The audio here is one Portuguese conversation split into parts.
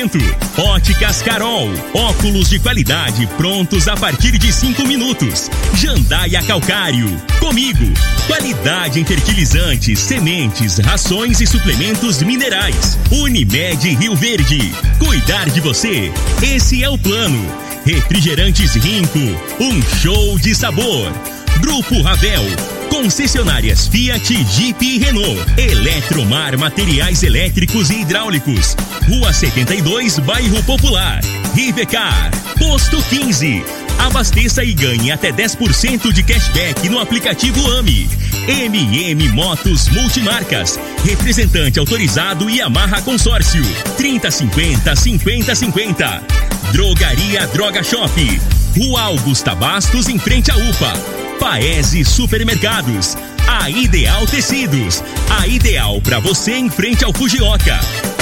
oferecimento: Óticas Carol, óculos de qualidade prontos a partir de 5 minutos. Jandaia Calcário, comigo, qualidade em fertilizantes, sementes, rações e suplementos minerais. Unimed Rio Verde, cuidar de você, esse é o plano. Refrigerantes Rinco, um show de sabor. Grupo Ravel, concessionárias Fiat, Jeep e Renault. Eletromar Materiais Elétricos e Hidráulicos, Rua 72, Bairro Popular. Rivecar, Posto 15. Abasteça e ganhe até 10% de cashback no aplicativo AMI. MM Motos Multimarcas, representante autorizado Yamaha Consórcio. 3050-5050. Drogaria Droga Shop, Rua Augusta Bastos, em frente à UPA. Paese Supermercados, a Ideal Tecidos, a ideal pra você em frente ao Fujioka.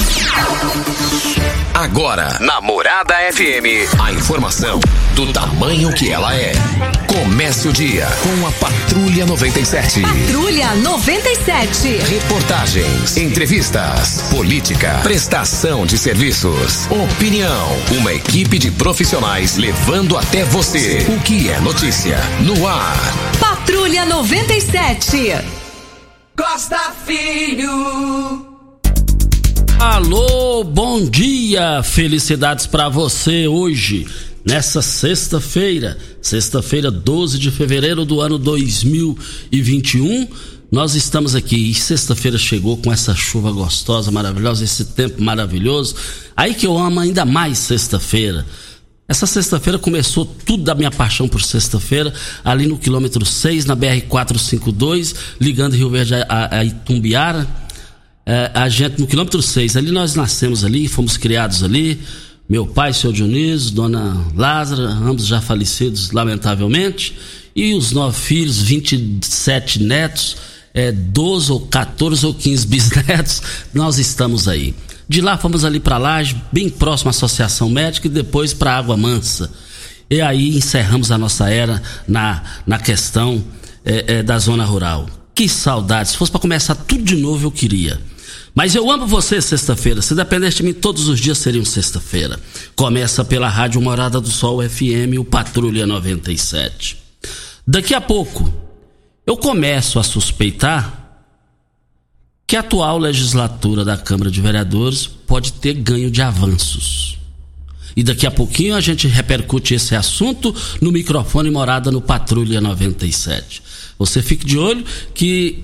Agora, na Morada FM, a informação do tamanho que ela é. Comece o dia com a Patrulha 97. Patrulha 97. Reportagens, entrevistas, política, prestação de serviços, opinião. Uma equipe de profissionais levando até você o que é notícia no ar. Patrulha 97. Costa Filho. Alô, bom dia, felicidades pra você hoje, nessa sexta-feira, 12 de fevereiro do ano 2021, nós estamos aqui e sexta-feira chegou com essa chuva gostosa, maravilhosa, esse tempo maravilhoso, aí que eu amo ainda mais sexta-feira. Essa sexta-feira começou tudo da minha paixão por sexta-feira, ali no quilômetro 6, na BR-452, ligando Rio Verde a Itumbiara. A gente no quilômetro 6, ali nós nascemos ali, fomos criados ali, meu pai, seu Dionísio, dona Lázara, ambos já falecidos lamentavelmente, e os 9 filhos, 27 netos, 12 ou 14 ou 15 bisnetos, nós estamos aí. De lá fomos ali para Laje, bem próximo à Associação Médica, e depois para Água Mansa. E aí encerramos a nossa era na questão da zona rural. Que saudade, se fosse para começar tudo de novo eu queria. Mas eu amo você sexta-feira, se dependesse de mim todos os dias seriam sexta-feira. Começa pela Rádio Morada do Sol FM, o Patrulha 97. Daqui a pouco eu começo a suspeitar que a atual legislatura da Câmara de Vereadores pode ter ganho de avanços. E daqui a pouquinho a gente repercute esse assunto no microfone Morada no Patrulha 97. Você fique de olho que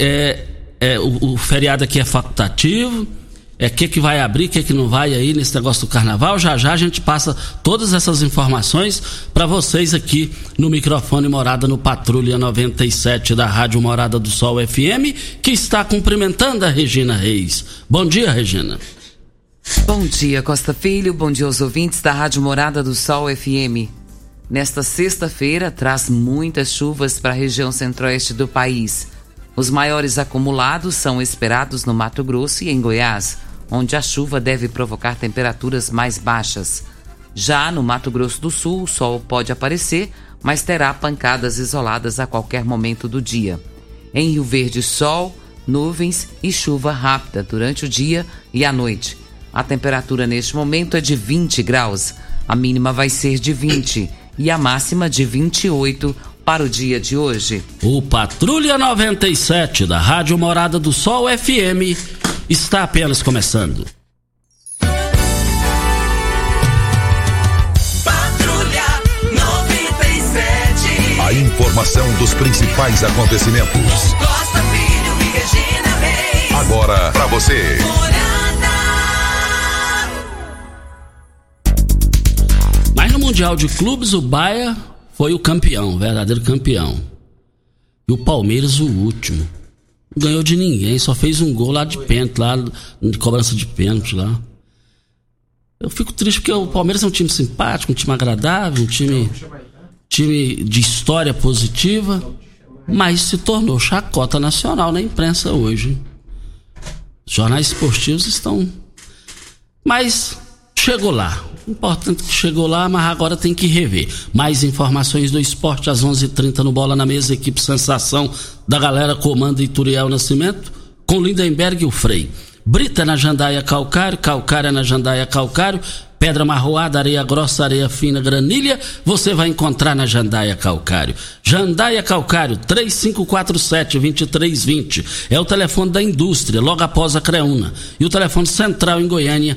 o feriado aqui é facultativo, que vai abrir, que não vai aí nesse negócio do carnaval. Já a gente passa todas essas informações para vocês aqui no microfone Morada no Patrulha 97 da Rádio Morada do Sol FM, que está cumprimentando a Regina Reis. Bom dia, Regina. Bom dia, Costa Filho, bom dia aos ouvintes da Rádio Morada do Sol FM. Nesta sexta-feira traz muitas chuvas para a região centro-oeste do país. Os maiores acumulados são esperados no Mato Grosso e em Goiás, onde a chuva deve provocar temperaturas mais baixas. Já no Mato Grosso do Sul, o sol pode aparecer, mas terá pancadas isoladas a qualquer momento do dia. Em Rio Verde, sol, nuvens e chuva rápida durante o dia e a noite. A temperatura neste momento é de 20 graus, a mínima vai ser de 20 e a máxima de 28 para o dia de hoje. O Patrulha 97 da Rádio Morada do Sol FM está apenas começando. Patrulha 97. A informação dos principais acontecimentos. Costa Filho e Regina Reis. Agora pra você. Mas no Mundial de Clubes, o Bahia foi o campeão, o verdadeiro campeão. E o Palmeiras o último. Não ganhou de ninguém, só fez um gol lá de pênalti, lá de cobrança de pênalti lá. Eu fico triste porque o Palmeiras é um time simpático, um time agradável, um time de história positiva, mas se tornou chacota nacional na imprensa hoje. Os jornais esportivos estão... Mas chegou lá. Importante que chegou lá, mas agora tem que rever. Mais informações do esporte às 11h30 no Bola na Mesa, equipe Sensação da galera comanda Ituriel Nascimento, com Lindenberg e o Frei. Brita na Jandaia Calcário, Calcária na Jandaia Calcário, pedra marroada, areia grossa, areia fina, granilha, você vai encontrar na Jandaia Calcário. Jandaia Calcário, 3547-2320. É o telefone da indústria, logo após a Creúna. E o telefone central em Goiânia,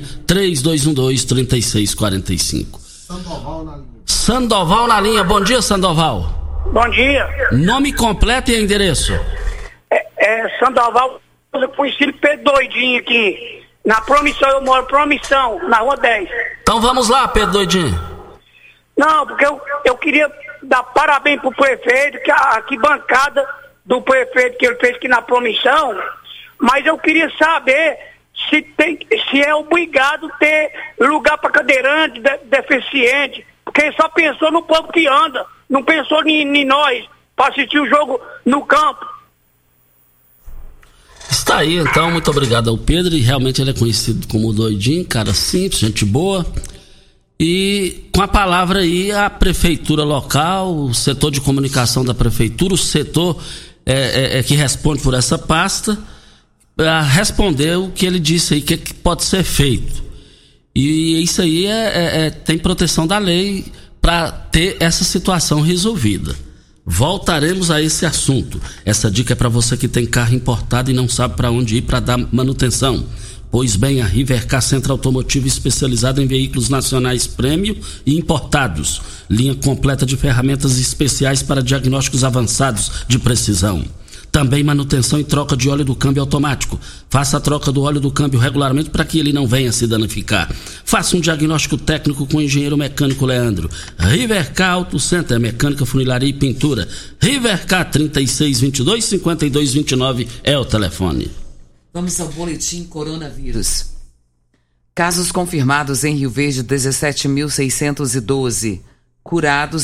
3212-3645. Sandoval na linha. Bom dia, Sandoval. Bom dia. Nome completo e endereço. Sandoval, eu fui filho Pedro Doidinho aqui. Na Promissão, eu moro Promissão, na Rua 10. Então vamos lá, Pedro Doidinho. Não, porque eu queria dar parabéns pro prefeito, que a arquibancada do prefeito que ele fez aqui na Promissão, mas eu queria saber se é obrigado ter lugar para cadeirante, deficiente, porque ele só pensou no povo que anda, não pensou em nós, para assistir o jogo no campo. Está aí, então, muito obrigado ao Pedro, e realmente ele é conhecido como Doidinho, cara simples, gente boa. E com a palavra aí a prefeitura local, o setor de comunicação da prefeitura, o setor que responde por essa pasta, responder o que ele disse aí, que pode ser feito. E isso aí tem proteção da lei para ter essa situação resolvida. Voltaremos a esse assunto. Essa dica é para você que tem carro importado e não sabe para onde ir para dar manutenção. Pois bem, a Rivercar Centro Automotivo, especializada em veículos nacionais prêmio e importados. Linha completa de ferramentas especiais para diagnósticos avançados de precisão. Também manutenção e troca de óleo do câmbio automático. Faça a troca do óleo do câmbio regularmente para que ele não venha se danificar. Faça um diagnóstico técnico com o engenheiro mecânico Leandro. Rivercar Auto Center, mecânica, funilaria e pintura. Rivercar 3622-5229 é o telefone. Vamos ao boletim coronavírus. Casos confirmados em Rio Verde, 17.612. Curados,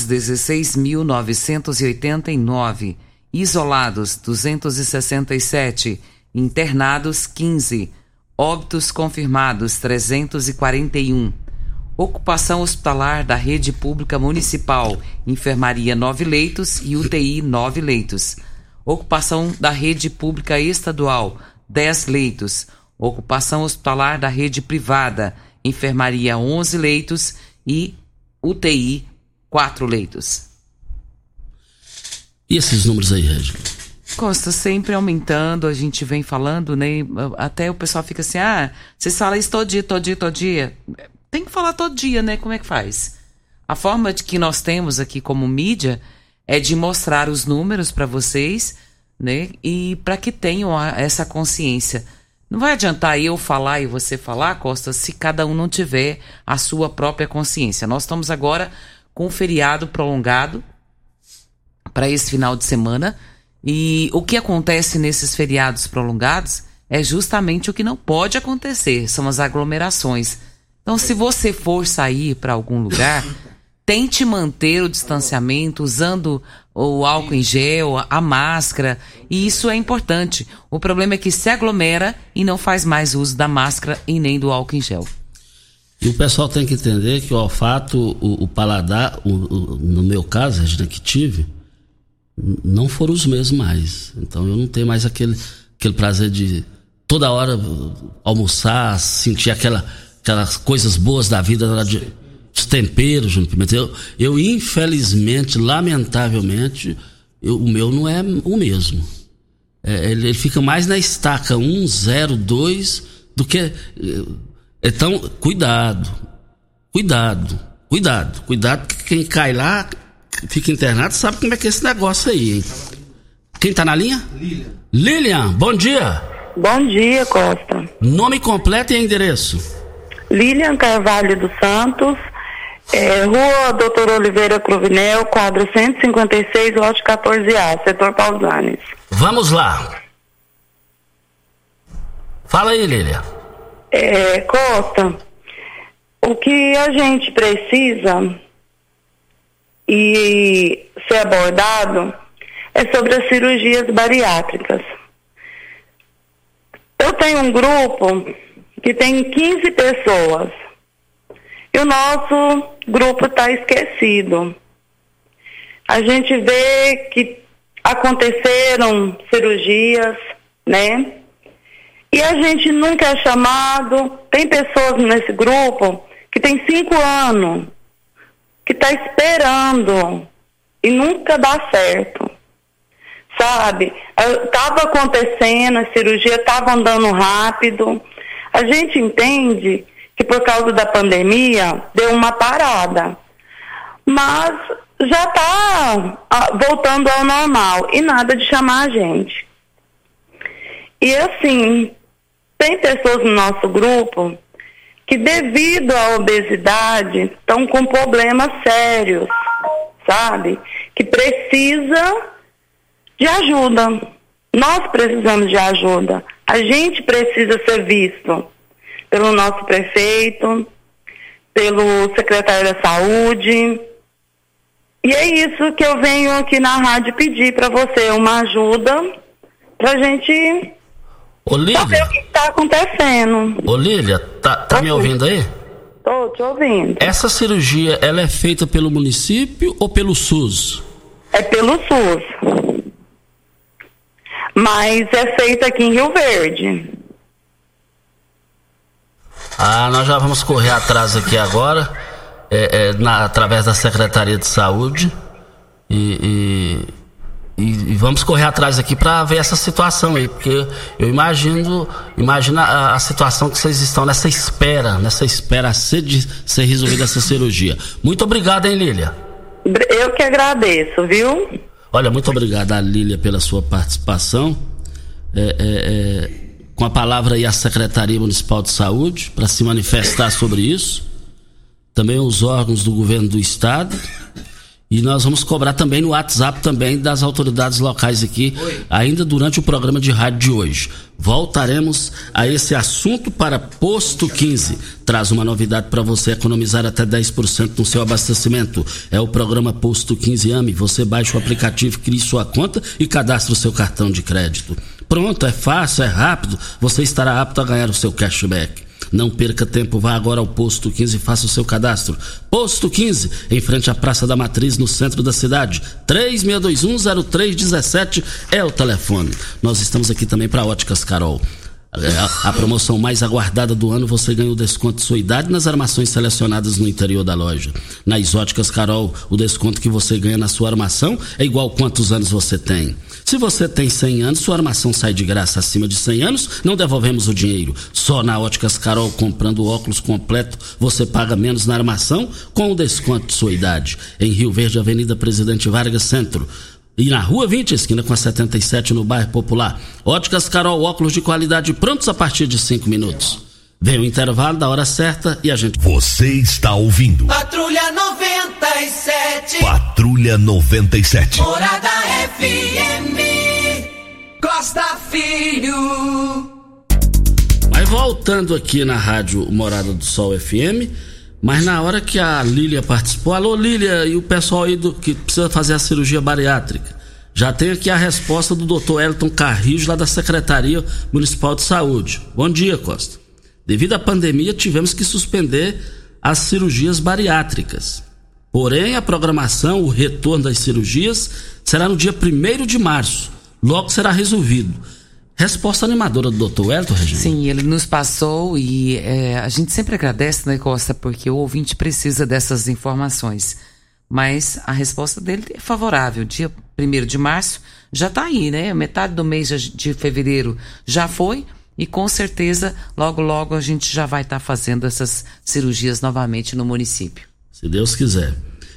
16.989. Isolados, 267. Internados, 15. Óbitos confirmados, 341. Ocupação hospitalar da rede pública municipal. Enfermaria, 9 leitos e UTI, 9 leitos. Ocupação da rede pública estadual, 10 leitos. Ocupação hospitalar da rede privada. Enfermaria, 11 leitos e UTI, 4 leitos. E esses números aí, Régio? Costa, sempre aumentando, a gente vem falando, né? Até o pessoal fica assim, vocês falam isso todo dia. Tem que falar todo dia, né? Como é que faz? A forma de que nós temos aqui como mídia é de mostrar os números para vocês, né? E para que tenham essa consciência. Não vai adiantar eu falar e você falar, Costa, se cada um não tiver a sua própria consciência. Nós estamos agora com um feriado prolongado para esse final de semana, e o que acontece nesses feriados prolongados é justamente o que não pode acontecer, são as aglomerações. Então, se você for sair para algum lugar, tente manter o distanciamento usando o álcool em gel, a máscara, e isso é importante. O problema é que se aglomera e não faz mais uso da máscara e nem do álcool em gel. E o pessoal tem que entender que o olfato, o paladar, no meu caso, Regina, que tive, não foram os mesmos mais. Então eu não tenho mais aquele prazer de toda hora almoçar, sentir aquelas coisas boas da vida, os temperos, Júnior Pimenta. Eu infelizmente, lamentavelmente, o meu não é o mesmo. Ele fica mais na estaca 1, 0, 2 do que... Então, cuidado, que quem cai lá, fica internado, sabe como é que é esse negócio aí, hein? Quem tá na linha? Lilian, bom dia. Bom dia, Costa. Nome completo e endereço? Lilian Carvalho dos Santos, Rua Doutor Oliveira Cruvinel, quadro 156, lote 14A, setor Pausanes. Vamos lá. Fala aí, Lilian. Costa, o que a gente precisa e ser abordado é sobre as cirurgias bariátricas. Eu tenho um grupo que tem 15 pessoas e o nosso grupo está esquecido. A gente vê que aconteceram cirurgias, né? E a gente nunca é chamado. Tem pessoas nesse grupo que tem 5 anos, que está esperando e nunca dá certo, sabe? Estava acontecendo, a cirurgia estava andando rápido. A gente entende que por causa da pandemia deu uma parada, mas já está voltando ao normal e nada de chamar a gente. E assim, tem pessoas no nosso grupo que devido à obesidade estão com problemas sérios, sabe? Que precisa de ajuda. Nós precisamos de ajuda. A gente precisa ser visto pelo nosso prefeito, pelo secretário da Saúde. E é isso que eu venho aqui na rádio pedir para você, uma ajuda pra gente saber o que está acontecendo. Ô Lília, tá me ouvindo aí? Tô te ouvindo. Essa cirurgia, ela é feita pelo município ou pelo SUS? É pelo SUS. Mas é feita aqui em Rio Verde. Nós já vamos correr atrás aqui agora, através da Secretaria de Saúde e vamos correr atrás aqui para ver essa situação aí, porque eu imagino a situação que vocês estão nessa espera de ser resolvida essa cirurgia. Muito obrigado, hein, Lília? Eu que agradeço, viu? Olha, muito obrigado a Lília pela sua participação. Com a palavra aí a Secretaria Municipal de Saúde para se manifestar sobre isso. Também os órgãos do governo do estado. E nós vamos cobrar também no WhatsApp também das autoridades locais aqui, ainda durante o programa de rádio de hoje. Voltaremos a esse assunto para Posto 15. Traz uma novidade para você economizar até 10% no seu abastecimento. É o programa Posto 15 AME. Você baixa o aplicativo, cria sua conta e cadastra o seu cartão de crédito. Pronto, é fácil, é rápido. Você estará apto a ganhar o seu cashback. Não perca tempo, vá agora ao Posto 15 e faça o seu cadastro. Posto 15, em frente à Praça da Matriz, no centro da cidade. 36210317 é o telefone. Nós estamos aqui também para Óticas Carol. A promoção mais aguardada do ano, você ganha o desconto de sua idade nas armações selecionadas no interior da loja. Nas Óticas Carol, o desconto que você ganha na sua armação é igual quantos anos você tem. Se você tem 100 anos, sua armação sai de graça. Acima de 100 anos, não devolvemos o dinheiro. Só na Óticas Carol, comprando o óculos completo, você paga menos na armação com o desconto de sua idade. Em Rio Verde, Avenida Presidente Vargas, Centro. E na Rua 20, esquina com a 77, no bairro Popular. Óticas Carol, óculos de qualidade prontos a partir de 5 minutos. Vem o intervalo da hora certa e a gente... Você está ouvindo Patrulha 97. Patrulha 97. Morada FM. Costa Filho. Mas voltando aqui na rádio Morada do Sol FM... Mas na hora que a Lília participou, alô Lília, e o pessoal aí que precisa fazer a cirurgia bariátrica, já tem aqui a resposta do Dr. Elton Carrijo, lá da Secretaria Municipal de Saúde. Bom dia, Costa. Devido à pandemia, tivemos que suspender as cirurgias bariátricas. Porém, a programação, o retorno das cirurgias, será no dia 1º de março. Logo será resolvido. Resposta animadora do Dr. Elton, Regina? Sim, ele nos passou e a gente sempre agradece, né, Costa, porque o ouvinte precisa dessas informações. Mas a resposta dele é favorável. Dia 1º de março já está aí, né? Metade do mês de fevereiro já foi e com certeza logo a gente já vai estar fazendo essas cirurgias novamente no município. Se Deus quiser.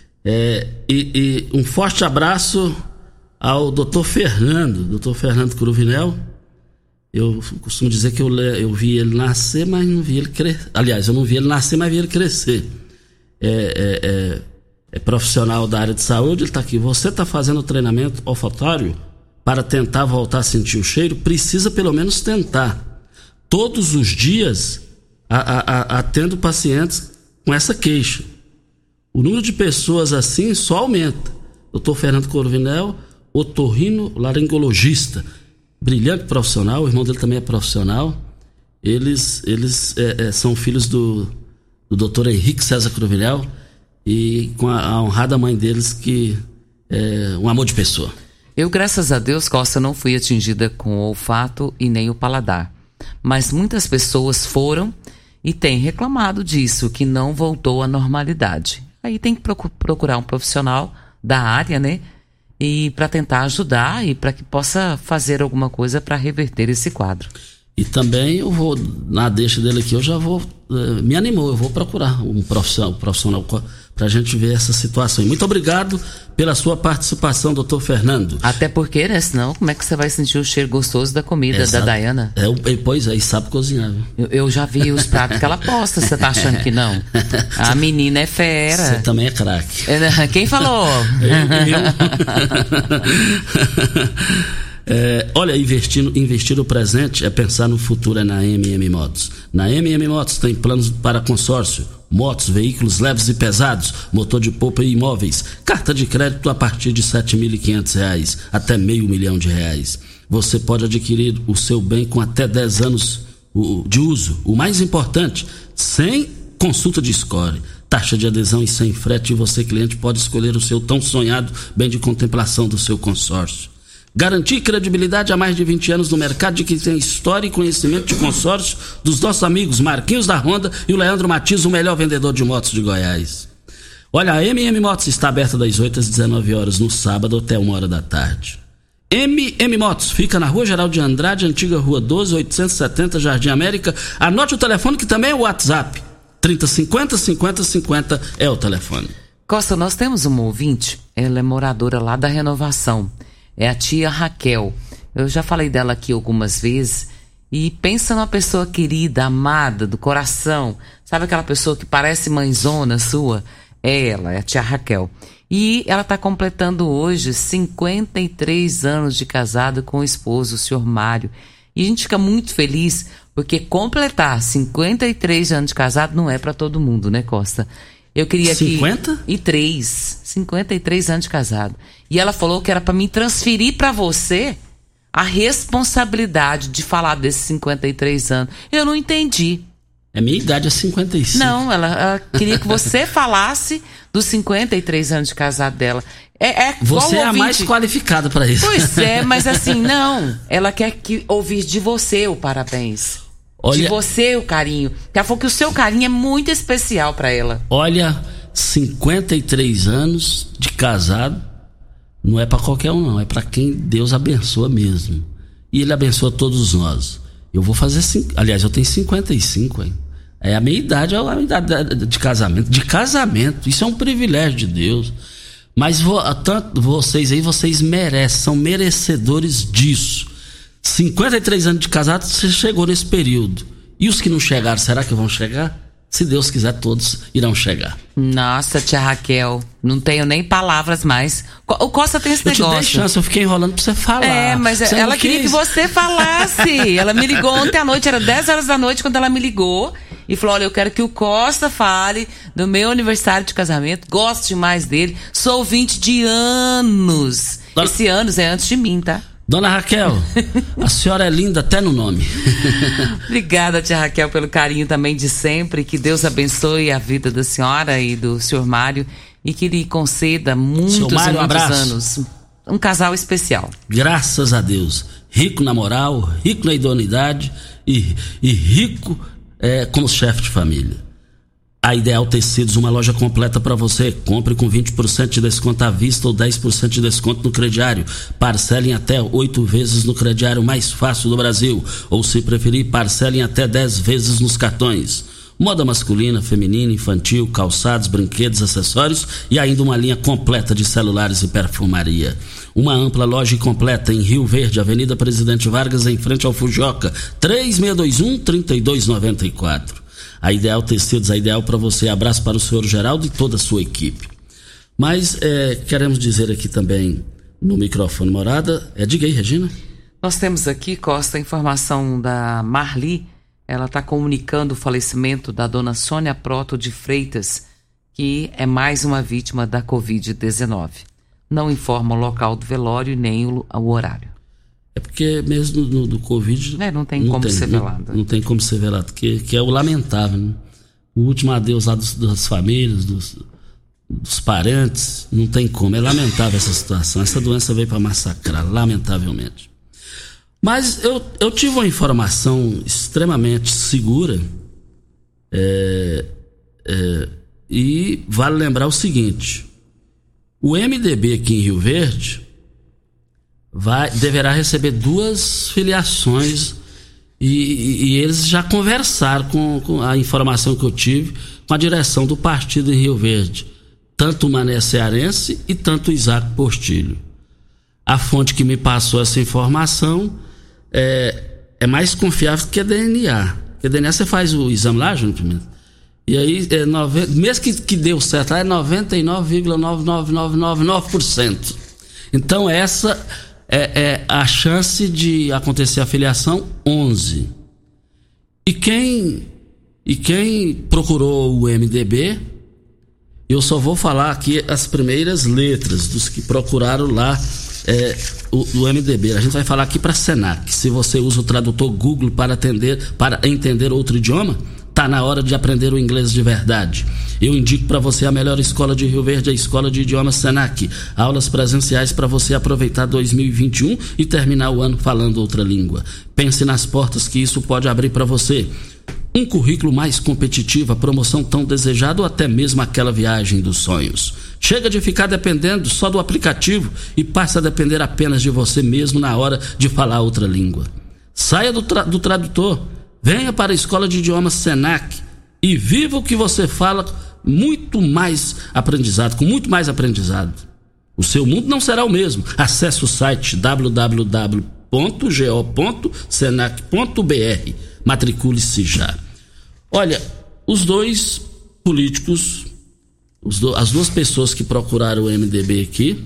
E um forte abraço ao Dr. Fernando Cruvinel. Eu costumo dizer que eu vi ele nascer, mas não vi ele crescer. Aliás, eu não vi ele nascer, mas vi ele crescer. É profissional da área de saúde, ele está aqui. Você está fazendo treinamento olfatório para tentar voltar a sentir o cheiro? Precisa pelo menos tentar. Todos os dias, atendo pacientes com essa queixa. O número de pessoas assim só aumenta. Dr. Fernando Corvinel, otorrinolaringologista. Brilhante profissional, o irmão dele também é profissional. Eles são filhos do Dr. Henrique César Cruvinel e com a honrada mãe deles, que é um amor de pessoa. Eu, graças a Deus, Costa, não fui atingida com o olfato e nem o paladar. Mas muitas pessoas foram e tem reclamado disso, que não voltou à normalidade. Aí tem que procurar um profissional da área, né? E para tentar ajudar e para que possa fazer alguma coisa para reverter esse quadro. E também eu vou, na deixa dele aqui, eu já vou, me animou, eu vou procurar um profissional pra gente ver essa situação. E muito obrigado pela sua participação, doutor Fernando. Até porque, né, senão como é que você vai sentir o cheiro gostoso da comida da Dayana? Pois é, e sabe cozinhar. Eu já vi os pratos que ela posta, você tá achando que não? A menina é fera. Você também é craque. Quem falou? Olha, investir no presente é pensar no futuro, é na MM Motos. Na MM Motos tem planos para consórcio, motos, veículos leves e pesados, motor de polpa e imóveis, carta de crédito a partir de R$ 7.500 até R$500 mil. Você pode adquirir o seu bem com até 10 anos de uso. O mais importante, sem consulta de score, taxa de adesão e sem frete, e você, cliente, pode escolher o seu tão sonhado bem de contemplação do seu consórcio. Garantir credibilidade há mais de 20 anos no mercado, de que tem história e conhecimento de consórcio dos nossos amigos Marquinhos da Honda e o Leandro Matias, o melhor vendedor de motos de Goiás. Olha, a MM Motos está aberta das 8 às 19 horas no sábado até 1 hora da tarde. MM Motos fica na Rua Geraldo de Andrade, antiga Rua 12, 870, Jardim América. Anote o telefone, que também é o WhatsApp. 3050-5050 é o telefone. Costa, nós temos uma ouvinte, ela é moradora lá da Renovação. É a tia Raquel. Eu já falei dela aqui algumas vezes. E pensa numa pessoa querida, amada, do coração. Sabe aquela pessoa que parece mãezona sua? É ela, é a tia Raquel. E ela está completando hoje 53 anos de casado com o esposo, o senhor Mário. E a gente fica muito feliz, porque completar 53 anos de casado não é para todo mundo, né, Costa? Eu queria 53 anos de casado. E ela falou que era para mim transferir para você a responsabilidade de falar desses 53 anos. Eu não entendi. A minha idade é 55. Não, ela queria que você falasse dos 53 anos de casado dela. Você é a mais qualificada para isso. Pois é, mas assim, não. Ela quer ouvir de você o parabéns. Olha, de você o carinho. Ela falou que o seu carinho é muito especial para ela. Olha, 53 anos de casado não é para qualquer um, não. É para quem Deus abençoa mesmo. E Ele abençoa todos nós. Eu vou fazer... Aliás, eu tenho 55, hein? A minha idade é a minha idade de casamento. De casamento. Isso é um privilégio de Deus. Mas tanto vocês aí, vocês merecem, são merecedores disso. 53 anos de casado, você chegou nesse período. E os que não chegaram, será que vão chegar? Se Deus quiser, todos irão chegar. Nossa, tia Raquel, não tenho nem palavras mais. O Costa tem esse negócio. Eu te dei chance, eu fiquei enrolando pra você falar. Mas ela queria que você falasse. Ela me ligou ontem à noite, era 10 horas da noite quando ela me ligou. E falou, olha, eu quero que o Costa fale do meu aniversário de casamento. Gosto demais dele. Sou ouvinte de anos. Esse anos é antes de mim, tá? Dona Raquel, a senhora é linda até no nome. Obrigada, tia Raquel, pelo carinho também de sempre. Que Deus abençoe a vida da senhora e do senhor Mário e que lhe conceda muitos Mário, e muitos anos. Um casal especial. Graças a Deus. Rico na moral, rico na idoneidade e rico como chefe de família. A Ideal Tecidos, uma loja completa para você. Compre com 20% de desconto à vista ou 10% de desconto no crediário. Parcelem até 8 vezes no crediário mais fácil do Brasil. Ou, se preferir, parcelem até 10 vezes nos cartões. Moda masculina, feminina, infantil, calçados, brinquedos, acessórios e ainda uma linha completa de celulares e perfumaria. Uma ampla loja completa em Rio Verde, Avenida Presidente Vargas, em frente ao Fujioka, 3621-3294. A Ideal Tecidos, a ideal para você. Abraço para o senhor Geraldo e toda a sua equipe. Mas queremos dizer aqui também no microfone Morada. Diga aí, Regina. Nós temos aqui, Costa, a informação da Marli. Ela está comunicando o falecimento da dona Sônia Proto de Freitas, que é mais uma vítima da Covid-19. Não informa o local do velório nem o horário. É porque mesmo do Covid... não tem como ser velado. Não tem como ser velado, que é o lamentável, né? O último adeus lá das famílias, dos parentes, não tem como. É lamentável essa situação. Essa doença veio para massacrar, lamentavelmente. Mas eu tive uma informação extremamente segura E vale lembrar o seguinte: o MDB aqui em Rio Verde deverá receber 2 filiações e eles já conversaram com a informação que eu tive com a direção do partido em Rio Verde, tanto o Mané Cearense e tanto o Isaac Portilho. A fonte que me passou essa informação é mais confiável que a DNA. Porque a DNA você faz o exame lá, Júnior Pimenta, e aí mesmo que deu certo lá, é 99,99999%. Então essa é a chance de acontecer a filiação 11. E quem procurou o MDB, eu só vou falar aqui as primeiras letras dos que procuraram lá o MDB. A gente vai falar aqui para Senac. Se você usa o tradutor Google para entender outro idioma, tá na hora de aprender o inglês de verdade. Eu indico para você a melhor escola de Rio Verde, a Escola de Idiomas Senac. Aulas presenciais para você aproveitar 2021 e terminar o ano falando outra língua. Pense nas portas que isso pode abrir para você. Um currículo mais competitivo, a promoção tão desejada ou até mesmo aquela viagem dos sonhos. Chega de ficar dependendo só do aplicativo e passa a depender apenas de você mesmo na hora de falar outra língua. Saia do tradutor, venha para a Escola de Idiomas Senac e viva o que você fala com muito mais aprendizado. O seu mundo não será o mesmo. Acesse o site www.go.senac.br. Matricule-se já. Olha, os 2 políticos, as 2 pessoas que procuraram o MDB aqui,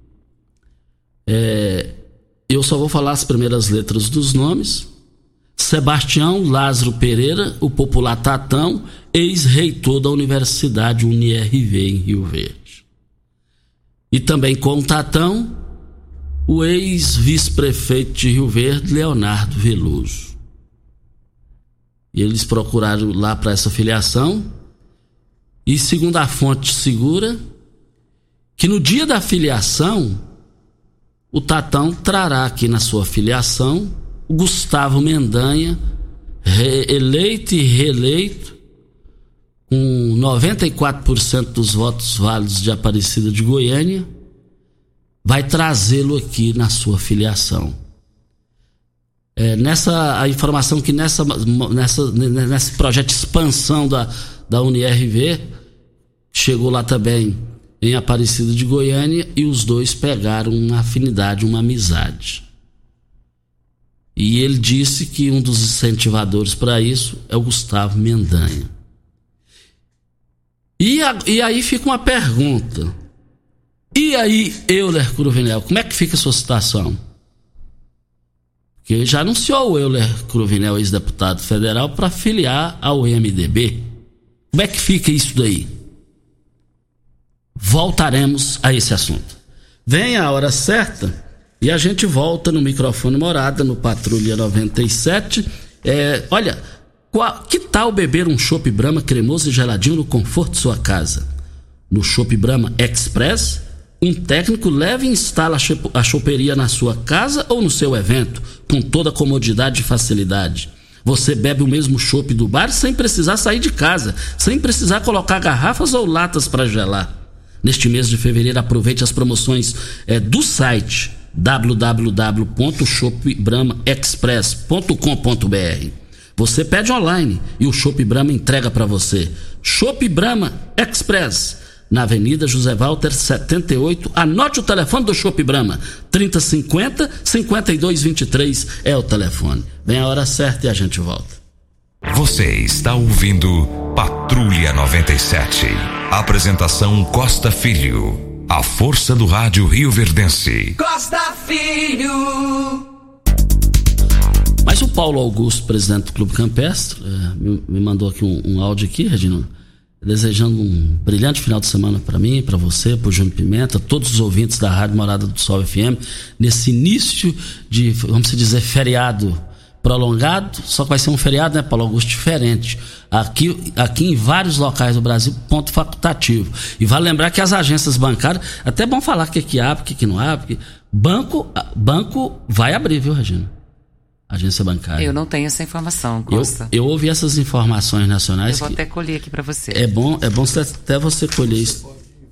eu só vou falar as primeiras letras dos nomes. Sebastião Lázaro Pereira, o popular Tatão, ex-reitor da Universidade UniRV em Rio Verde. E também com o Tatão, o ex-vice-prefeito de Rio Verde, Leonardo Veloso. E eles procuraram lá para essa filiação. E segundo a fonte segura, que no dia da filiação, o Tatão trará aqui na sua filiação o Gustavo Mendanha, eleito e reeleito, com 94% dos votos válidos de Aparecida de Goiânia, vai trazê-lo aqui na sua filiação. A informação que nesse projeto de expansão da UniRV, chegou lá também em Aparecida de Goiânia, e os 2 pegaram uma afinidade, uma amizade. E ele disse que um dos incentivadores para isso é o Gustavo Mendanha. E aí fica uma pergunta. E aí, Euler Cruvinel, como é que fica a sua situação? Porque já anunciou o Euler Cruvinel, ex-deputado federal, para filiar ao MDB. Como é que fica isso daí? Voltaremos a esse assunto. Vem a hora certa e a gente volta no microfone Morada, no Patrulha 97. Olha, que tal beber um Chopp Brahma cremoso e geladinho no conforto de sua casa? No Chopp Brahma Express, um técnico leva e instala a choperia na sua casa ou no seu evento, com toda a comodidade e facilidade. Você bebe o mesmo chopp do bar sem precisar sair de casa, sem precisar colocar garrafas ou latas para gelar. Neste mês de fevereiro, aproveite as promoções do site www.choppbrahmaexpress.com.br. Você pede online e o Chopp Brahma entrega para você. Chopp Brahma Express, na Avenida José Walter 78. Anote o telefone do Chopp Brahma: 3050-5223 é o telefone. Vem a hora certa e a gente volta. Você está ouvindo Patrulha 97. Apresentação Costa Filho. A força do rádio rioverdense. Costa Filho. Mas o Paulo Augusto, presidente do Clube Campestre, me mandou aqui um áudio aqui, Reginaldo, desejando um brilhante final de semana para mim, para você, para o Júnior Pimenta, todos os ouvintes da Rádio Morada do Sol FM, nesse início de, vamos dizer, feriado prolongado, só que vai ser um feriado, né, Paulo Augusto, diferente. Aqui em vários locais do Brasil, ponto facultativo. E vale lembrar que as agências bancárias, até é bom falar que abre, que não abre, banco vai abrir, viu, Regina? agência bancária. Eu não tenho essa informação, Costa. Eu ouvi essas informações nacionais. Eu vou até colher aqui para você. É bom até você colher isso.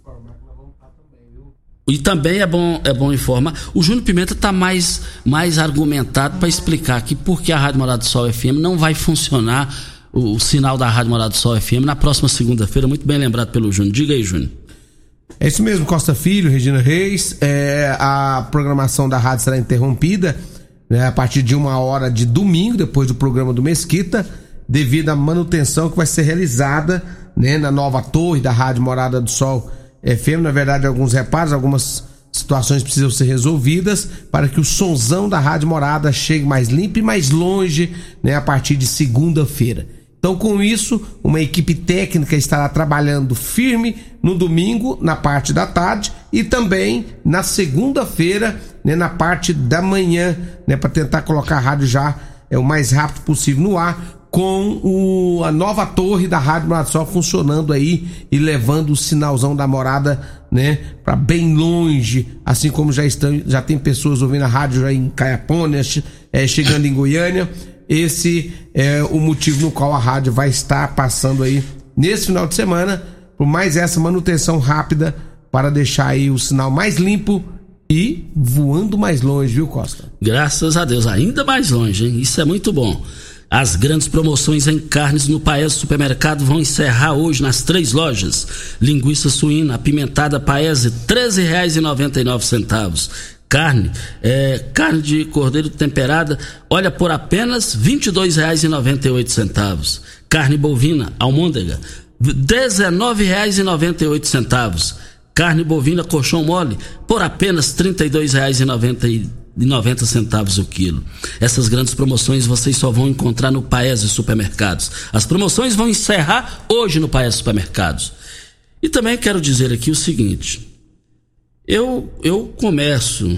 E também é bom informar. O Júnior Pimenta está mais argumentado para explicar aqui por que a Rádio Morada do Sol FM não vai funcionar, o sinal da Rádio Morada do Sol FM, na próxima segunda-feira. Muito bem lembrado pelo Júnior. Diga aí, Júnior. É isso mesmo, Costa Filho, Regina Reis. A programação da rádio será interrompida, né, a partir de 1h de domingo, depois do programa do Mesquita, devido à manutenção que vai ser realizada, né, na nova torre da Rádio Morada do Sol FM. Na verdade, alguns reparos, algumas situações precisam ser resolvidas para que o sonzão da Rádio Morada chegue mais limpo e mais longe, né, a partir de segunda-feira. Então, com isso, uma equipe técnica estará trabalhando firme no domingo, na parte da tarde, e também na segunda-feira, né, na parte da manhã, né, para tentar colocar a rádio já o mais rápido possível no ar, com a nova torre da Rádio Morada do Sol funcionando aí e levando o sinalzão da Morada, né, para bem longe, assim como já tem pessoas ouvindo a rádio já em Caiapônia, chegando em Goiânia. Esse é o motivo no qual a rádio vai estar passando aí nesse final de semana, por mais essa manutenção rápida para deixar aí o sinal mais limpo e voando mais longe, viu, Costa? Graças a Deus, ainda mais longe, hein? Isso é muito bom. As grandes promoções em carnes no Paese Supermercado vão encerrar hoje nas 3 lojas. Linguiça suína apimentada Paese, R$ 13,99. Carne de cordeiro temperada, olha, por apenas R$ 22,98. Carne bovina, almôndega, R$ 19,98. Carne bovina colchão mole, por apenas R$ 32,90 o quilo. Essas grandes promoções vocês só vão encontrar no Paese Supermercados. As promoções vão encerrar hoje no Paese Supermercados. E também quero dizer aqui o seguinte: eu começo,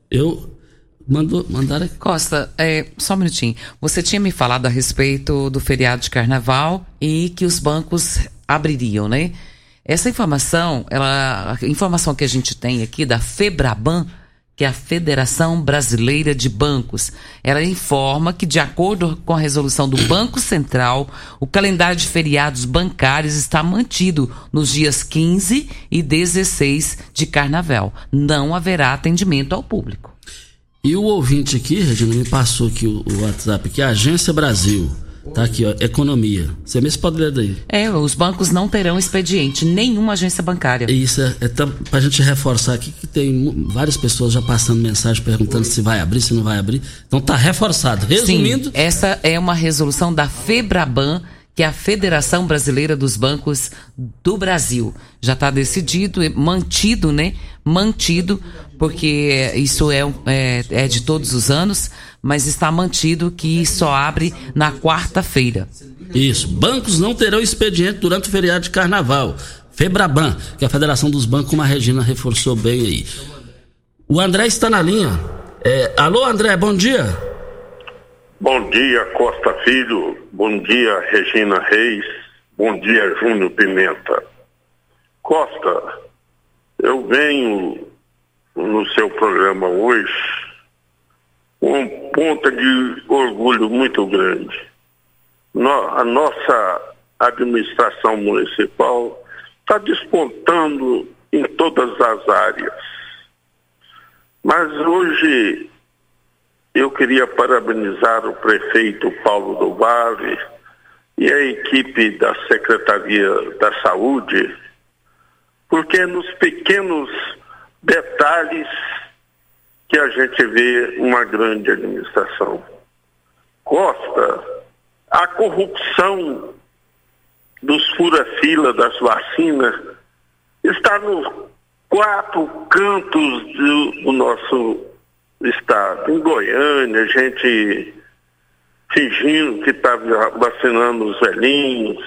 mandaram aqui. Costa, só um minutinho. Você tinha me falado a respeito do feriado de carnaval e que os bancos abririam, né? Essa informação, a informação que a gente tem aqui da FEBRABAN, que é a Federação Brasileira de Bancos, ela informa que, de acordo com a resolução do Banco Central, o calendário de feriados bancários está mantido nos dias 15 e 16 de carnaval. Não haverá atendimento ao público. E o ouvinte aqui, Regina, me passou aqui o WhatsApp, que é a Agência Brasil. Tá aqui, ó, economia. Você mesmo pode ler daí. Os bancos não terão expediente, nenhuma agência bancária. Isso pra gente reforçar aqui, que tem várias pessoas já passando mensagem perguntando se vai abrir, se não vai abrir. Então tá reforçado. Resumindo... Sim, essa é uma resolução da FEBRABAN, que é a Federação Brasileira dos Bancos do Brasil. Já está decidido, mantido, né? Mantido, porque isso é de todos os anos, mas está mantido que só abre na quarta-feira. Isso, bancos não terão expediente durante o feriado de carnaval. FEBRABAN, que é a Federação dos Bancos, como a Regina reforçou bem aí. O André está na linha. Alô, André, bom dia. Bom dia, Costa Filho. Bom dia, Regina Reis. Bom dia, Júnior Pimenta. Costa, eu venho no seu programa hoje com um ponto de orgulho muito grande. A nossa administração municipal está despontando em todas as áreas. Mas hoje eu queria parabenizar o prefeito Paulo do Vale e a equipe da Secretaria da Saúde, porque nos pequenos detalhes que a gente vê uma grande administração. Costa, a corrupção dos fura-fila das vacinas está nos 4 cantos do nosso estado. Em Goiânia, a gente fingindo que está vacinando os velhinhos,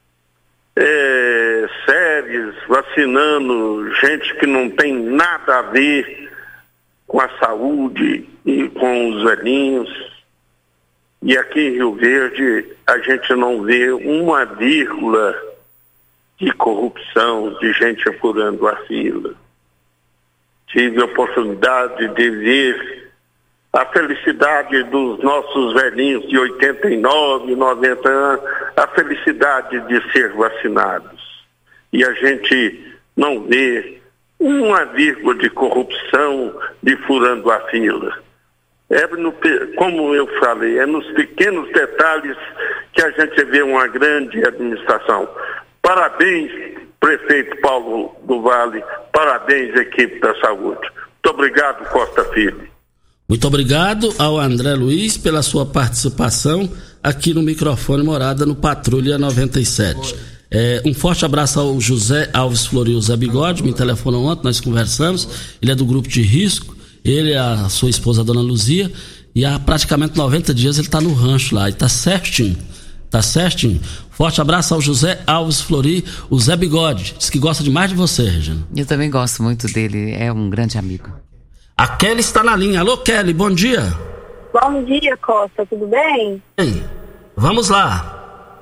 séries, vacinando gente que não tem nada a ver com a saúde e com os velhinhos. E aqui em Rio Verde a gente não vê uma vírgula de corrupção, de gente furando a fila. Tive a oportunidade de ver a felicidade dos nossos velhinhos de 89, 90 anos, a felicidade de ser vacinados. E a gente não vê uma vírgula de corrupção, de furando a fila. Como eu falei, é nos pequenos detalhes que a gente vê uma grande administração. Parabéns, prefeito Paulo do Vale, parabéns, equipe da saúde. Muito obrigado, Costa Filho. Muito obrigado ao André Luiz pela sua participação aqui no microfone Morada no Patrulha 97. Um forte abraço ao José Alves Flori, o Zé Bigode, me telefonou ontem, nós conversamos, ele é do grupo de risco, ele e a sua esposa, a dona Luzia, e há praticamente 90 dias ele está no rancho lá, e tá certinho. Forte abraço ao José Alves Flori, o Zé Bigode, diz que gosta demais de você, Regina. Eu também gosto muito dele, é um grande amigo. A Kelly está na linha. Alô, Kelly, bom dia. Bom dia, Costa, tudo bem? Ei, vamos lá.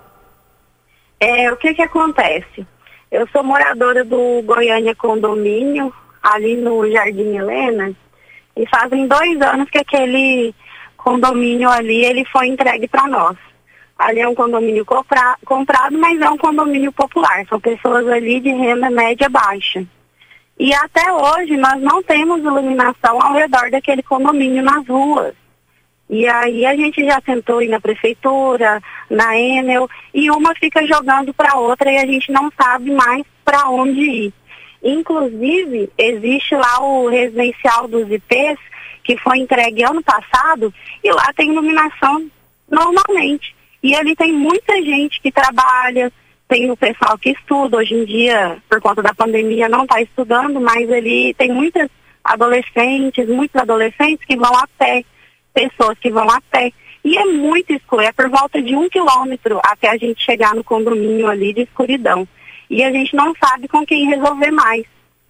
O que acontece? Eu sou moradora do Goiânia Condomínio, ali no Jardim Helena, e fazem 2 anos que aquele condomínio ali, ele foi entregue para nós. Ali é um condomínio comprado, mas é um condomínio popular, são pessoas ali de renda média baixa. E até hoje nós não temos iluminação ao redor daquele condomínio nas ruas. E aí a gente já tentou ir na prefeitura, na Enel, e uma fica jogando para outra e a gente não sabe mais para onde ir. Inclusive, existe lá o residencial dos IPs, que foi entregue ano passado, e lá tem iluminação normalmente. E ali tem muita gente que trabalha, tem o pessoal que estuda, hoje em dia, por conta da pandemia, não está estudando, mas ali tem muitos adolescentes que vão a pé, pessoas que vão a pé. E é muito escuro, é por volta de 1 quilômetro até a gente chegar no condomínio ali de escuridão. E a gente não sabe com quem resolver mais.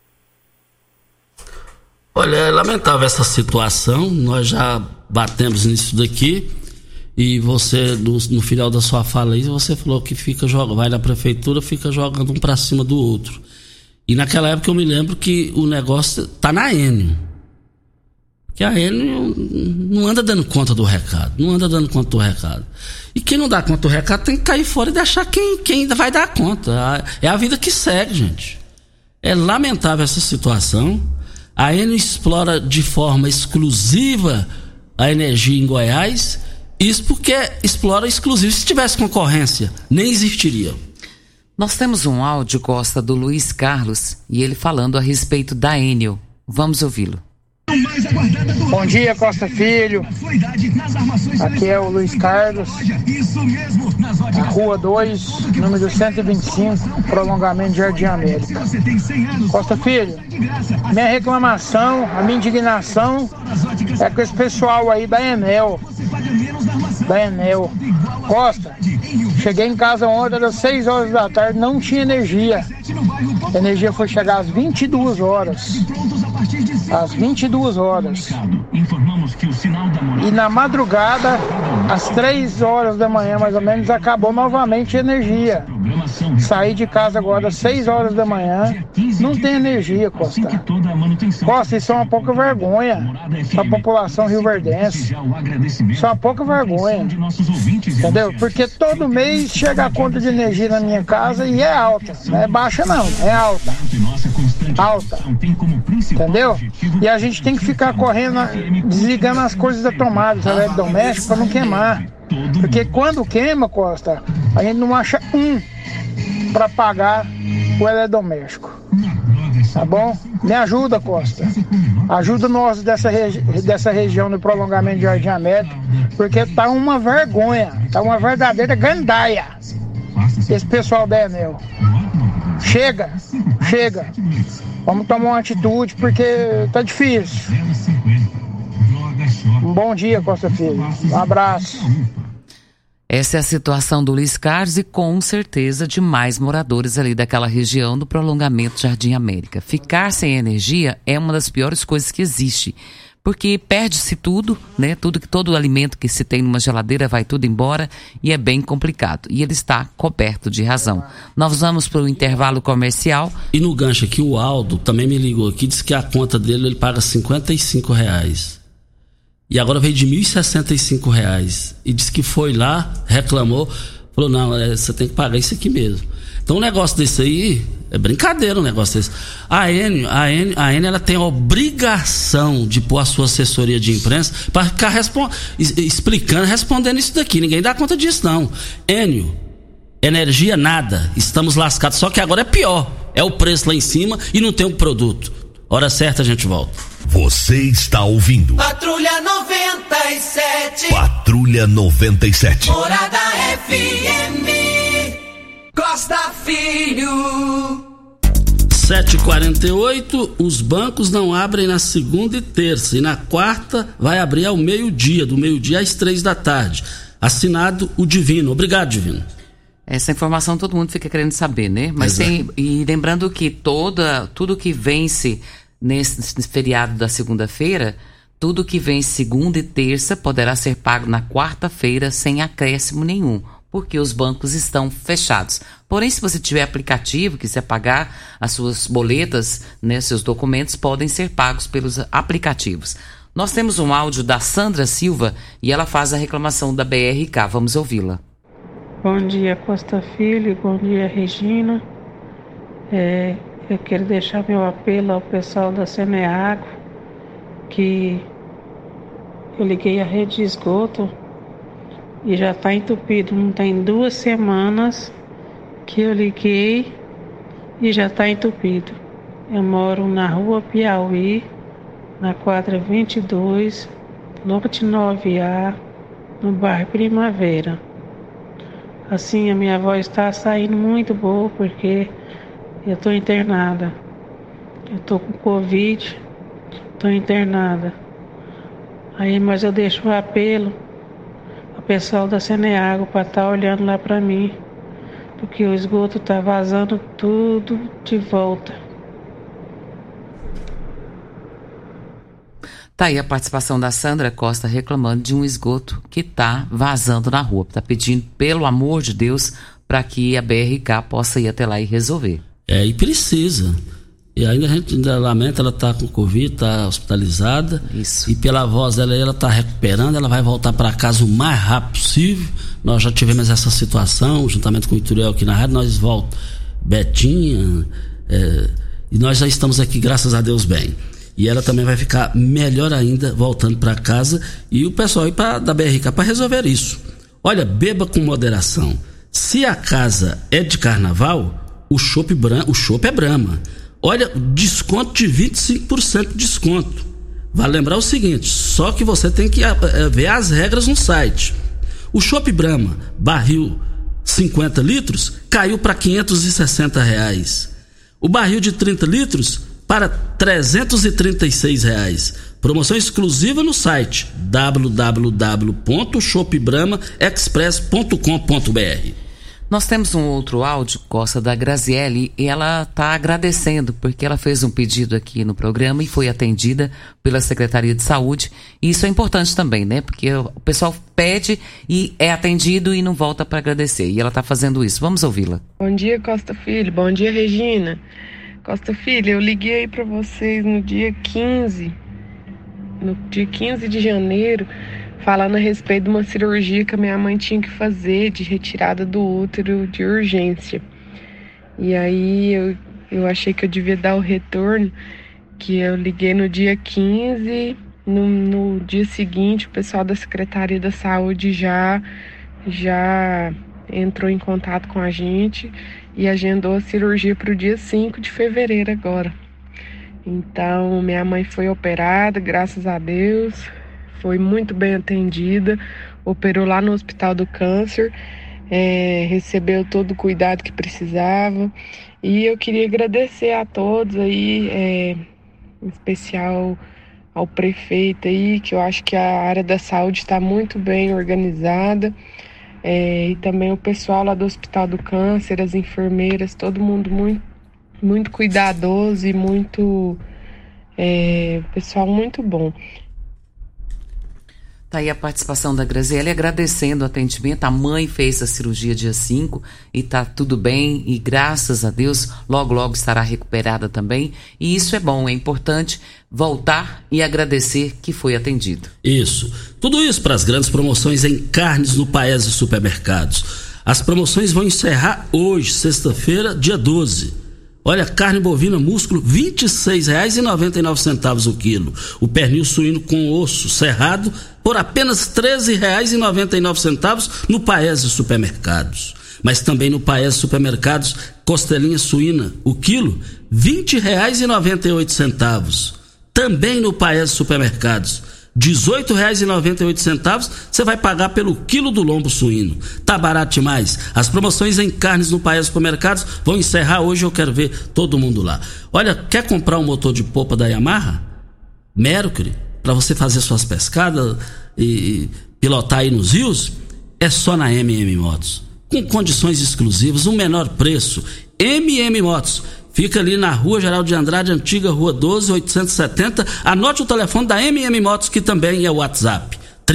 Olha, é lamentável essa situação, nós já batemos nisso daqui. E você, no final da sua fala aí, você falou que vai na prefeitura, fica jogando um para cima do outro. E naquela época eu me lembro que o negócio tá na Enel. Que a Enel não anda dando conta do recado. E quem não dá conta do recado tem que cair fora e deixar quem vai dar conta. É a vida que segue, gente. É lamentável essa situação. A Enel explora de forma exclusiva a energia em Goiás. Isso porque explora exclusivo. Se tivesse concorrência, nem existiria. Nós temos um áudio, Costa, do Luiz Carlos, e ele falando a respeito da Enel. Vamos ouvi-lo. Bom dia, Costa Filho. Aqui é o Luiz Carlos, a Rua 2, número 125, prolongamento de Jardim América. Costa Filho, minha reclamação, a minha indignação é com esse pessoal aí da Enel. Costa, cheguei em casa ontem, era 6 horas da tarde, não tinha energia. A energia foi chegar às 22 horas. Às 22 horas. E na madrugada, às 3 horas da manhã, mais ou menos, acabou novamente a energia. Saí de casa agora às 6 horas da manhã, não tem energia, Costa. Costa, isso é uma pouca vergonha para a população rioverdense. Isso é uma pouca vergonha. Entendeu? Porque todo mês chega a conta de energia na minha casa e é alta. Não é baixa não, é alta. Alta. Entendeu? E a gente tem que ficar correndo, desligando as coisas da tomada, do eletrodoméstico, para não queimar. Porque quando queima, Costa, a gente não acha para pagar o eletrodoméstico. Tá bom? Me ajuda, Costa. Ajuda nós dessa região no prolongamento de Jardim América, porque tá uma vergonha, tá uma verdadeira gandaia esse pessoal da Enel. Chega. Vamos tomar uma atitude, porque tá difícil. Um bom dia, Costa Filho. Um abraço. Essa é a situação do Luiz Carlos e com certeza de mais moradores ali daquela região do prolongamento Jardim América. Ficar sem energia é uma das piores coisas que existe, porque perde-se tudo, né? Todo alimento que se tem numa geladeira vai tudo embora e é bem complicado. E ele está coberto de razão. Nós vamos para o intervalo comercial. E no gancho aqui, o Aldo também me ligou aqui, disse que a conta dele ele paga R$55. e agora veio de R$ 1.065. E disse que foi lá, reclamou, falou, não, você tem que pagar isso aqui mesmo. Então um negócio desse aí, é brincadeira um negócio desse. A Enio ela tem a obrigação de pôr a sua assessoria de imprensa para ficar explicando, respondendo isso daqui. Ninguém dá conta disso, não. Enio, energia nada, estamos lascados. Só que agora é pior, é o preço lá em cima e não tem o produto. Hora certa a gente volta. Você está ouvindo Patrulha 97. Patrulha 97. Morada FM. Costa Filho. 7h48, os bancos não abrem na segunda e terça. E na quarta vai abrir ao meio-dia, do meio-dia às 3h. Assinado o Divino. Obrigado, Divino. Essa informação todo mundo fica querendo saber, né? Mas e lembrando que tudo que vence nesse feriado da segunda-feira, tudo que vence segunda e terça poderá ser pago na quarta-feira sem acréscimo nenhum, porque os bancos estão fechados. Porém, se você tiver aplicativo, quiser pagar as suas boletas, né, seus documentos podem ser pagos pelos aplicativos. Nós temos um áudio da Sandra Silva e ela faz a reclamação da BRK. Vamos ouvi-la. Bom dia, Costa Filho. Bom dia, Regina. Eu quero deixar meu apelo ao pessoal da Ceneago, que eu liguei a rede de esgoto e já está entupido. Não tem 2 semanas que eu liguei e já está entupido. Eu moro na rua Piauí, na quadra 22, lote 9A, no bairro Primavera. Assim, a minha voz está saindo muito boa porque eu estou internada. Eu estou com Covid, estou internada. Aí, mas eu deixo o apelo ao pessoal da Ceneago para estar olhando lá para mim, porque o esgoto está vazando tudo de volta. Tá aí a participação da Sandra Costa reclamando de um esgoto que tá vazando na rua. Tá pedindo, pelo amor de Deus, para que a BRK possa ir até lá e resolver. E precisa. E ainda a gente lamenta, ela tá com Covid, tá hospitalizada. Isso. E pela voz dela, ela tá recuperando, ela vai voltar para casa o mais rápido possível. Nós já tivemos essa situação, juntamente com o Ituriel aqui na rádio, nós voltamos. Betinha, e nós já estamos aqui, graças a Deus, bem. E ela também vai ficar melhor ainda voltando para casa e o pessoal aí da BRK para resolver isso. Olha, beba com moderação. Se a casa é de carnaval, o chopp é Brahma. Olha, desconto de 25% de desconto. Vale lembrar o seguinte, só que você tem que ver as regras no site. O chopp Brahma, barril 50 litros, caiu para R$560. O barril de 30 litros para R$336. Promoção exclusiva no site www.choppbrahmaexpress.com.br. Nós temos um outro áudio, Costa, da Graziele, e ela está agradecendo porque ela fez um pedido aqui no programa e foi atendida pela Secretaria de Saúde. E isso é importante também, né? Porque o pessoal pede e é atendido e não volta para agradecer. E ela está fazendo isso. Vamos ouvi-la. Bom dia, Costa Filho. Bom dia, Regina. Costa Filho, eu liguei para vocês no dia 15 de janeiro, falando a respeito de uma cirurgia que a minha mãe tinha que fazer, de retirada do útero de urgência. E aí eu achei que eu devia dar o retorno, que eu liguei no dia 15, no dia seguinte o pessoal da Secretaria da Saúde já entrou em contato com a gente e agendou a cirurgia para o dia 5 de fevereiro agora. Então, minha mãe foi operada, graças a Deus, foi muito bem atendida, operou lá no Hospital do Câncer, recebeu todo o cuidado que precisava. E eu queria agradecer a todos aí, em especial ao prefeito aí, que eu acho que a área da saúde está muito bem organizada. E também o pessoal lá do Hospital do Câncer, as enfermeiras, todo mundo muito, muito cuidadoso e muito pessoal muito bom. Tá aí a participação da Graziele agradecendo o atendimento. A mãe fez a cirurgia dia 5 e tá tudo bem e graças a Deus logo logo estará recuperada também. E isso é bom, é importante voltar e agradecer que foi atendido. Isso. Tudo isso para as grandes promoções em carnes no Paese Supermercados. As promoções vão encerrar hoje, sexta-feira, dia 12. Olha, carne bovina músculo, R$ 26,99 o quilo. O pernil suíno com osso cerrado por apenas R$ 13,99 no Paese Supermercados. Mas também no Paese Supermercados, costelinha suína, o quilo, R$ 20,98. Também no Paese Supermercados, R$ 18,98 você vai pagar pelo quilo do lombo suíno. Tá barato demais. As promoções em carnes no Paese Supermercados vão encerrar hoje, eu quero ver todo mundo lá. Olha, quer comprar um motor de polpa da Yamaha? Mercury, para você fazer suas pescadas e pilotar aí nos rios? É só na MM Motos. Com condições exclusivas, um menor preço. MM Motos. Fica ali na Rua Geraldo de Andrade, antiga Rua 12, 870. Anote o telefone da MM Motos, que também é o WhatsApp.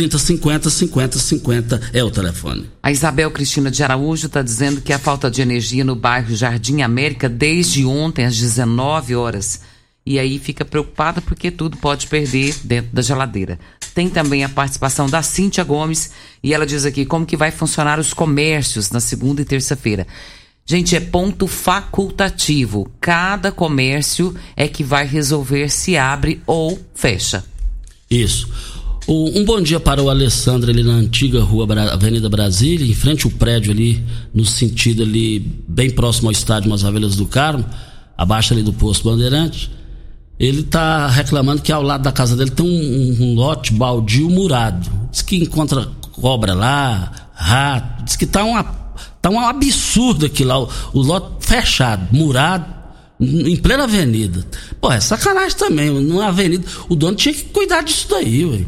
3050-5050 é o telefone. A Isabel Cristina de Araújo está dizendo que a falta de energia no bairro Jardim América desde ontem às 19 horas. E aí fica preocupada porque tudo pode perder dentro da geladeira. Tem também a participação da Cíntia Gomes e ela diz aqui como que vai funcionar os comércios na segunda e terça-feira. Gente, é ponto facultativo. Cada comércio é que vai resolver se abre ou fecha. Isso. Um bom dia para o Alessandro ali na antiga Rua Avenida Brasília, em frente ao prédio ali, no sentido ali, bem próximo ao estádio Umas Avelas do Carmo, abaixo ali do posto Bandeirante. Ele tá reclamando que ao lado da casa dele tem um lote baldio murado. Diz que encontra cobra lá, rato, diz que tá um absurdo aqui lá, o lote fechado, murado, em plena avenida. Pô, é sacanagem também, numa avenida, o dono tinha que cuidar disso daí, ué.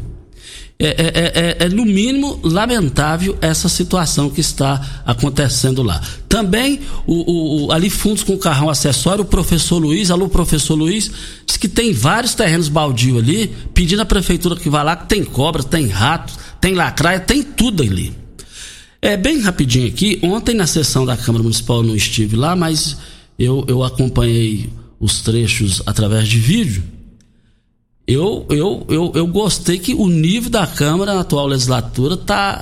É no mínimo lamentável essa situação que está acontecendo lá. Também ali fundos com o carrão acessório, o professor Luiz, alô professor Luiz, diz que tem vários terrenos baldios ali, pedindo à prefeitura que vá lá, que tem cobra, tem rato, tem lacraia, tem tudo ali. Bem rapidinho aqui, ontem na sessão da Câmara Municipal eu não estive lá, mas eu acompanhei os trechos através de vídeo. Eu gostei que o nível da Câmara na atual legislatura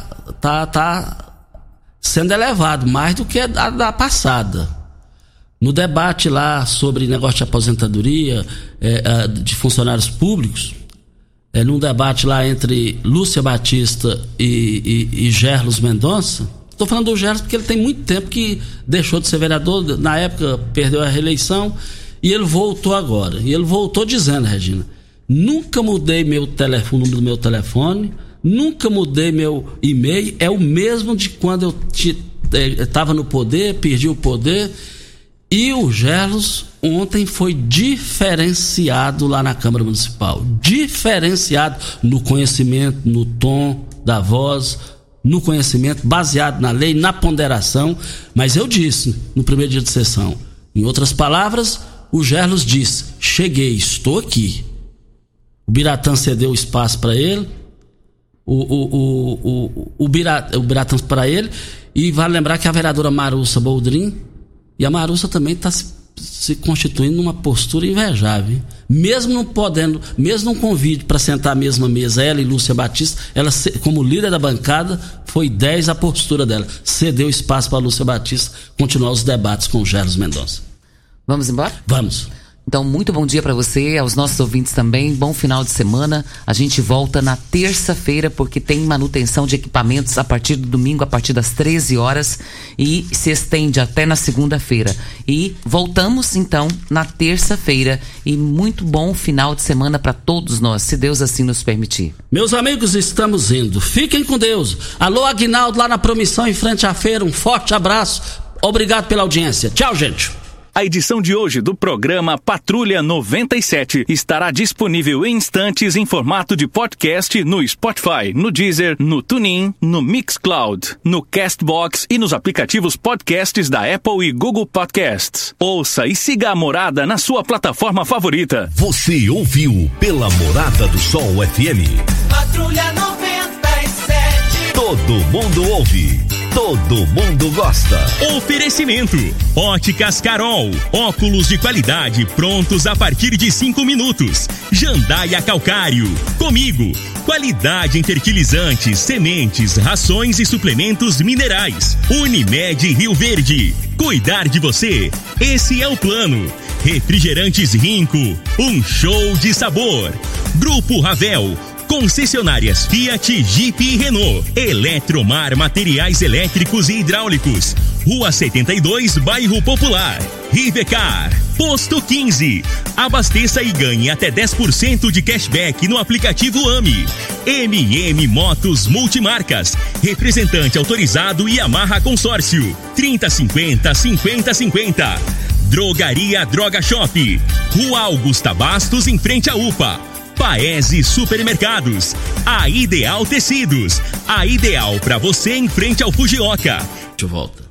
tá sendo elevado, mais do que a da passada. No debate lá sobre negócio de aposentadoria de funcionários públicos, num debate lá entre Lúcia Batista e Gerlos Mendonça. Estou falando do Gerlos porque ele tem muito tempo que deixou de ser vereador, na época perdeu a reeleição e ele voltou agora. E ele voltou dizendo, Regina, nunca mudei o número do meu telefone, nunca mudei meu e-mail, é o mesmo de quando eu estava no poder, perdi o poder. E o Gerlos ontem foi diferenciado lá na Câmara Municipal. Diferenciado no conhecimento, no tom da voz, no conhecimento, baseado na lei, na ponderação. Mas eu disse no primeiro dia de sessão, em outras palavras, o Gerlos disse: cheguei, estou aqui. O Biratã cedeu o espaço para ele, o Biratã para ele, e vale lembrar que a vereadora Marussa Boldrin, e a Marussa também está se constituindo numa postura invejável, mesmo não podendo, mesmo num convite para sentar à mesma mesa, ela e Lúcia Batista, ela como líder da bancada, foi 10 a postura dela, cedeu espaço para a Lúcia Batista continuar os debates com o Gerlos Mendonça. Vamos embora? Vamos. Então, muito bom dia para você, aos nossos ouvintes também, bom final de semana. A gente volta na terça-feira porque tem manutenção de equipamentos a partir do domingo, a partir das 13 horas e se estende até na segunda-feira. E voltamos então na terça-feira e muito bom final de semana para todos nós, se Deus assim nos permitir. Meus amigos, estamos indo. Fiquem com Deus. Alô, Aguinaldo, lá na Promissão, em frente à feira, um forte abraço. Obrigado pela audiência. Tchau, gente. A edição de hoje do programa Patrulha 97 estará disponível em instantes em formato de podcast no Spotify, no Deezer, no TuneIn, no Mixcloud, no Castbox e nos aplicativos podcasts da Apple e Google Podcasts. Ouça e siga a Morada na sua plataforma favorita. Você ouviu pela Morada do Sol FM. Patrulha 97. Todo mundo ouve, todo mundo gosta. Oferecimento: Óticas Carol, óculos de qualidade prontos a partir de 5 minutos. Jandaia Calcário, comigo. Qualidade em fertilizantes, sementes, rações e suplementos minerais. Unimed Rio Verde. Cuidar de você, esse é o plano. Refrigerantes Rinco, um show de sabor. Grupo Ravel, concessionárias Fiat, Jeep e Renault. Eletromar Materiais Elétricos e Hidráulicos. Rua 72, Bairro Popular. Rivecar, Posto 15. Abasteça e ganhe até 10% de cashback no aplicativo AMI. MM Motos Multimarcas. Representante autorizado Yamaha Consórcio. 3050-5050. Drogaria Droga Shop. Rua Augusta Bastos, em frente à UPA. Paese Supermercados. A Ideal Tecidos. A ideal para você em frente ao Fujioka. De volta.